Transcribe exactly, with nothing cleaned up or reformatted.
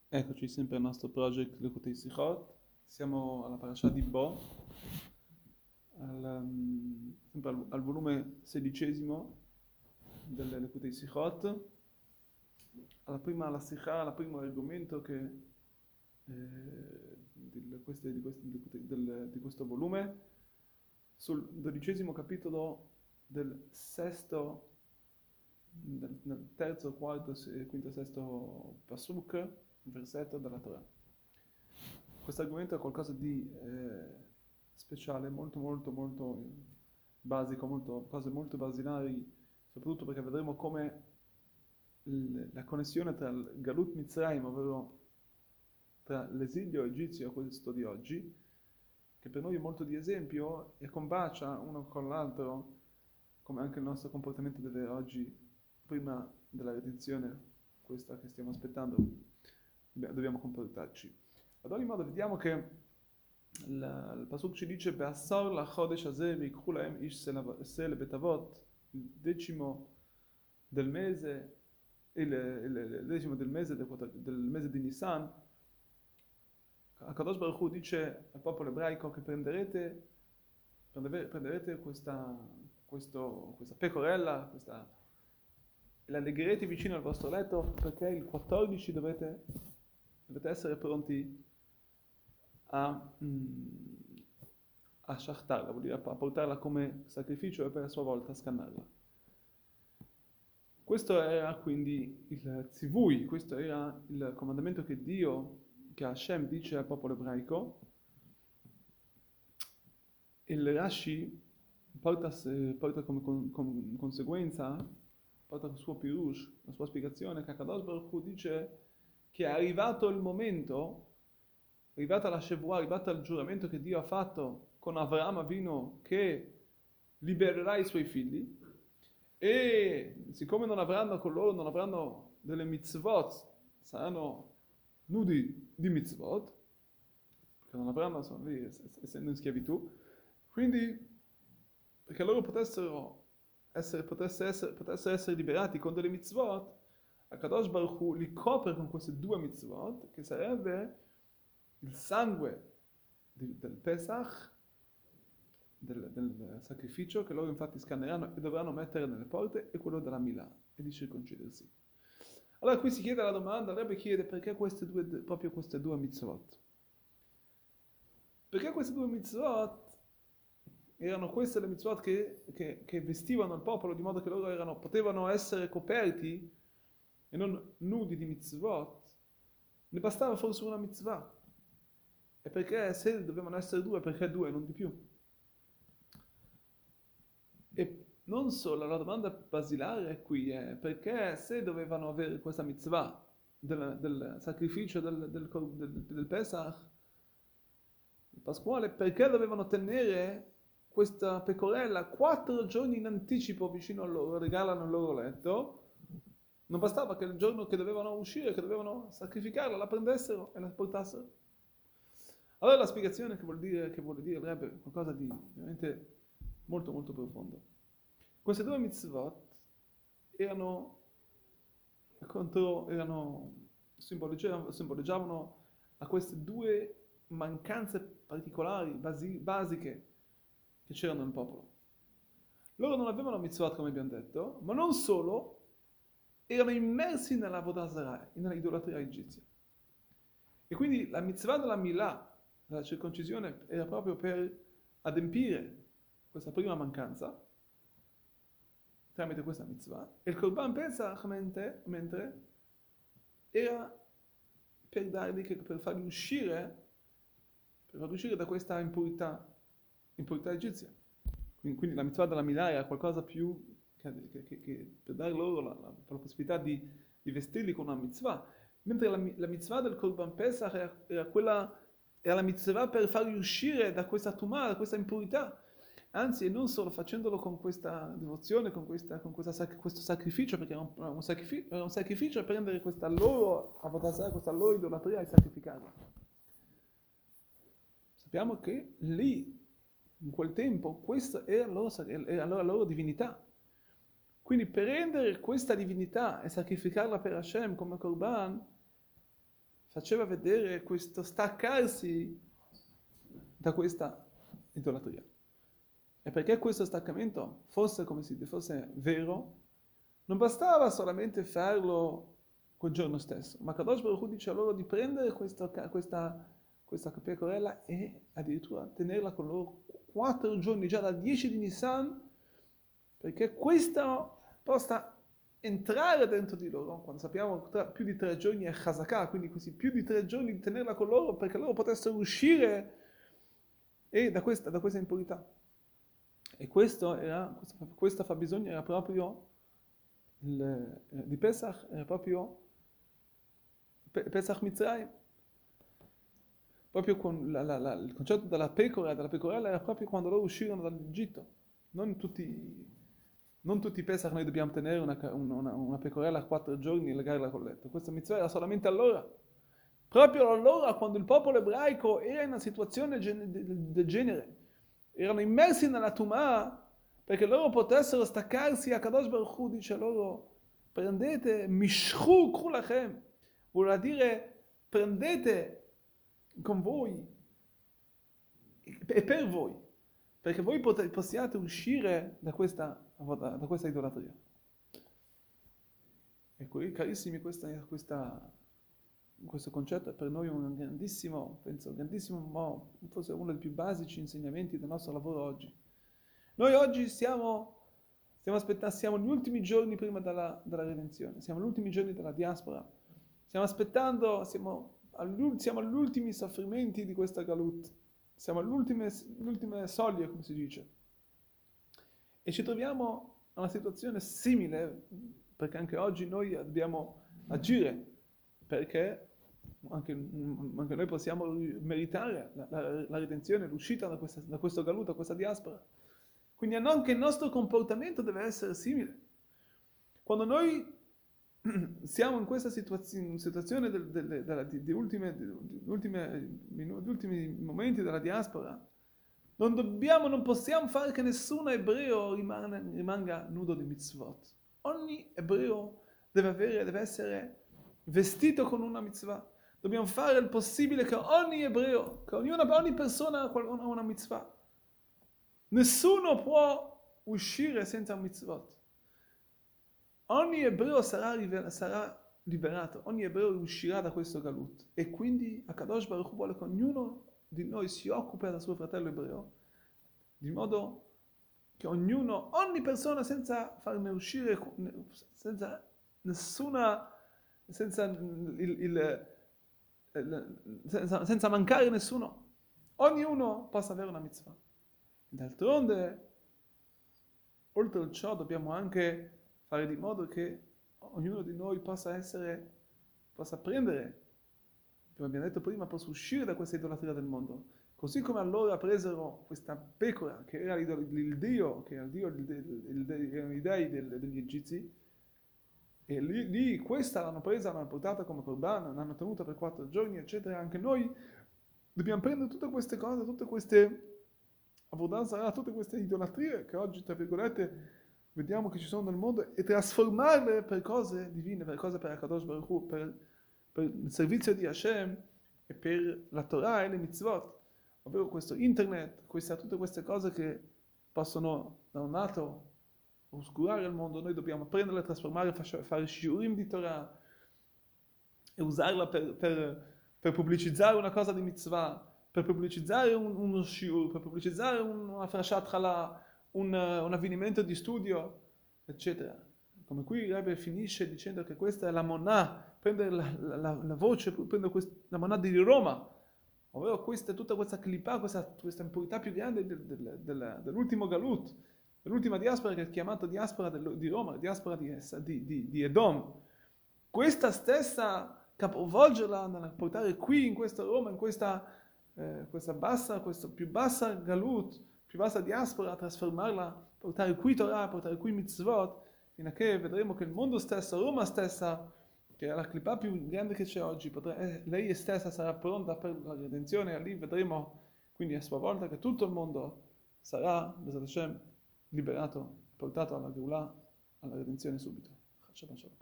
Eccoci sempre al nostro project Lekutei Sichot. Siamo alla parasha di Bo, al, um, sempre al, al volume sedicesimo delle Lekutei Sichot. Alla prima la Sikha, al primo argomento che, eh, di, queste- di queste- di- del- di questo volume, sul dodicesimo capitolo del sesto, del, del terzo, quarto, se- quinto e sesto pasuk, versetto della Torah. Questo argomento è qualcosa di eh, speciale, molto molto molto basico, molto, cose molto basilari, soprattutto perché vedremo come il- la connessione tra il Galut Mitzrayim, ovvero tra l'esilio egizio e questo di oggi, che per noi è molto di esempio e combacia uno con l'altro, come anche il nostro comportamento deve oggi, prima della redenzione, questa che stiamo aspettando, dobbiamo comportarci. Ad ogni modo vediamo che il, il Pasuk ci dice Be'asar la chodesh hazeh v'yikchu lahem ish sel betavot, il decimo del mese, il, il, il decimo del mese, del, del mese di Nisan, Akadosh Baruch Hu dice al popolo ebraico che prenderete, prendere- prenderete questa, questo- questa pecorella, questa, e la legherete vicino al vostro letto perché il quattordici dovete, dovete essere pronti a, mm, a shachtarla, vuol dire a portarla come sacrificio e poi a sua volta a scannarla. Questo era quindi il zivui, questo era il comandamento che Dio, che Hashem dice al popolo ebraico. Il Rashi porta, porta come con- con- conseguenza, porta il suo pirush, la sua spiegazione, che Akadosh Baruch Hu dice che è arrivato il momento, è arrivata la Shevuah, è arrivato il giuramento che Dio ha fatto con Avraham Avinu che libererà i suoi figli, e siccome non avranno con loro, non avranno delle mitzvot, saranno nudi di mitzvot, perché non avranno, sono lì essendo in schiavitù, quindi perché loro potessero essere, potessero essere, potessero essere liberati con delle mitzvot, Akadosh Baruch Hu li copre con queste due mitzvot, che sarebbe il sangue di- del Pesach, del, del sacrificio, che loro infatti scanneranno e dovranno mettere nelle porte, e quello della Milà, e di circoncidersi. Allora qui si chiede la domanda, il Rebbe chiede perché queste due, proprio queste due mitzvot. Perché queste due mitzvot erano queste le mitzvot che, che, che vestivano il popolo di modo che loro erano, potevano essere coperti e non nudi di mitzvot, ne bastava forse una mitzvah. E perché se dovevano essere due, perché due, non di più? E non solo, la domanda basilare qui è perché se dovevano avere questa mitzvah del, del sacrificio del, del, del, del Pesach, il Pasquale, perché dovevano tenere questa pecorella quattro giorni in anticipo vicino a loro, regalano il loro letto? Non bastava che il giorno che dovevano uscire, che dovevano sacrificarla, la prendessero e la portassero? Allora la spiegazione che vuol dire, che vuole dire il Rebbe è qualcosa di veramente molto molto profondo. Queste due mitzvot erano, contro, erano simboleggiavano, simboleggiavano a queste due mancanze particolari, basi- basiche che c'erano nel popolo. Loro non avevano mitzvot come abbiamo detto, ma non solo, erano immersi nella Vodazara, nella idolatria egizia. E quindi la mitzvah della Milà, la circoncisione, era proprio per adempiere questa prima mancanza, tramite questa mitzvah, e il Korban Pesach mentre, mentre era per dargli, per farli uscire, per farli uscire da questa impurità, impurità egizia. Quindi, quindi la mitzvah della Milà era qualcosa più che, che, che, che per dare loro la, la, la possibilità di, di vestirli con una mitzvah, mentre la, la mitzvah del Korban Pesach era, era quella, era la mitzvah per farli uscire da questa tumà, da questa impurità. Anzi, e non solo facendolo con questa devozione, con, questa, con questa sac- questo sacrificio, perché era un, un, sacrificio, era un sacrificio prendere questa loro avotasà, questa loro idolatria e sacrificarla. Sappiamo che lì, in quel tempo, questa era, loro, era la loro divinità. Quindi prendere questa divinità e sacrificarla per Hashem come Korban faceva vedere questo staccarsi da questa idolatria. E perché questo staccamento fosse, come si dice, fosse vero, non bastava solamente farlo quel giorno stesso, ma Kadosh Baruch Hu dice a loro di prendere questa, questa, questa pecorella e addirittura tenerla con loro quattro giorni, già dal dieci di Nisan, perché questo possa entrare dentro di loro. Quando sappiamo tra, più di tre giorni è Chazakah, quindi così più di tre giorni di tenerla con loro perché loro potessero uscire e da questa, da questa impurità. E questo era, questo, questo fabbisogno era proprio il, eh, di Pesach, era proprio Pe- Pesach Mitzrayim. Proprio con la, la, la, il concetto della pecora, della pecorella era proprio quando loro uscirono dall'Egitto. Non tutti, non tutti i Pesach noi dobbiamo tenere una, una, una pecorella a quattro giorni e legarla col letto. Questa mitzvah era solamente allora. Proprio allora, quando il popolo ebraico era in una situazione del genere, erano immersi nella Tumah, perché loro potessero staccarsi, a Kadosh Baruch Hu dice loro, prendete, mishchu kulachem, vuol dire, prendete con voi e per voi, perché voi pot- possiate uscire da questa, da questa idolatria. E qui, carissimi, questa, questa questo concetto è per noi un grandissimo, penso, grandissimo, forse uno dei più basici insegnamenti del nostro lavoro oggi. Noi oggi siamo, stiamo aspettando, siamo gli ultimi giorni prima della, della redenzione, siamo gli ultimi giorni della diaspora, stiamo aspettando, siamo, agli, siamo agli ultimi soffrimenti di questa galut, siamo alle ultime, ultime soglie, come si dice, e ci troviamo in una situazione simile, perché anche oggi noi dobbiamo agire, perché anche, anche noi possiamo meritare la, la, la redenzione, l'uscita da, questa, da questo galut, da questa diaspora. Quindi anche il nostro comportamento deve essere simile. Quando noi siamo in questa situazio, situazione del, del, della, di, di, ultime, di, ultime, di ultimi momenti della diaspora, non dobbiamo, non possiamo fare che nessun ebreo rimanga, rimanga nudo di mitzvot. Ogni ebreo deve avere, deve essere vestito con una mitzvah. Dobbiamo fare il possibile che ogni ebreo, che ognuna, ogni persona ha una mitzvah. Nessuno può uscire senza un mitzvot. Ogni ebreo sarà, sarà liberato, ogni ebreo uscirà da questo galut. E quindi Akadosh Baruch Hu vuole che ognuno di noi si occupi del suo fratello ebreo, di modo che ognuno, ogni persona senza farne uscire, senza nessuna, senza, il, il, senza, senza mancare nessuno, ognuno possa avere una mitzvah. D'altronde, oltre a ciò, dobbiamo anche fare di modo che ognuno di noi possa essere, possa prendere, come abbiamo detto prima, possa uscire da questa idolatria del mondo. Così come allora presero questa pecora, che era il dio, che era il dio, il, il, il, erano i dei degli egizi, e lì, lì questa l'hanno presa, l'hanno portata come corban, l'hanno tenuta per quattro giorni, eccetera. Anche noi dobbiamo prendere tutte queste cose, tutte queste avodah, tutte queste idolatrie che oggi, tra virgolette, vediamo che ci sono nel mondo, e trasformarle per cose divine, per cose per Akadosh Baruch Hu, per, per il servizio di Hashem e per la Torah e le mitzvot, ovvero questo internet, queste, tutte queste cose che possono da un lato oscurare il mondo. Noi dobbiamo prenderle, trasformarle, fare shiurim di Torah e usarla per, per, per pubblicizzare una cosa di mitzvah, per pubblicizzare un, uno shiur, per pubblicizzare una frashat challah, un, un avvenimento di studio, eccetera. Come qui il Rebbe finisce dicendo che questa è la monah, prendere la, la, la voce, prendere quest, la monah di Roma, ovvero questa, tutta questa clipà, questa, questa impurità più grande del, del, del, dell'ultimo galut, dell'ultima diaspora che è chiamata diaspora del, di Roma, diaspora di, di, di, di Edom. Questa stessa capovolgerla, portare qui in questa Roma, in questa, eh, questa bassa, questa più bassa galut, più bassa diaspora, trasformarla, portare qui Torah, portare qui mitzvot, fino a che vedremo che il mondo stesso, Roma stessa, che è la clipà più grande che c'è oggi, potrà, eh, lei stessa sarà pronta per la redenzione, e lì vedremo quindi a sua volta che tutto il mondo sarà, Bezat Hashem, liberato, portato alla Geulah, alla redenzione subito.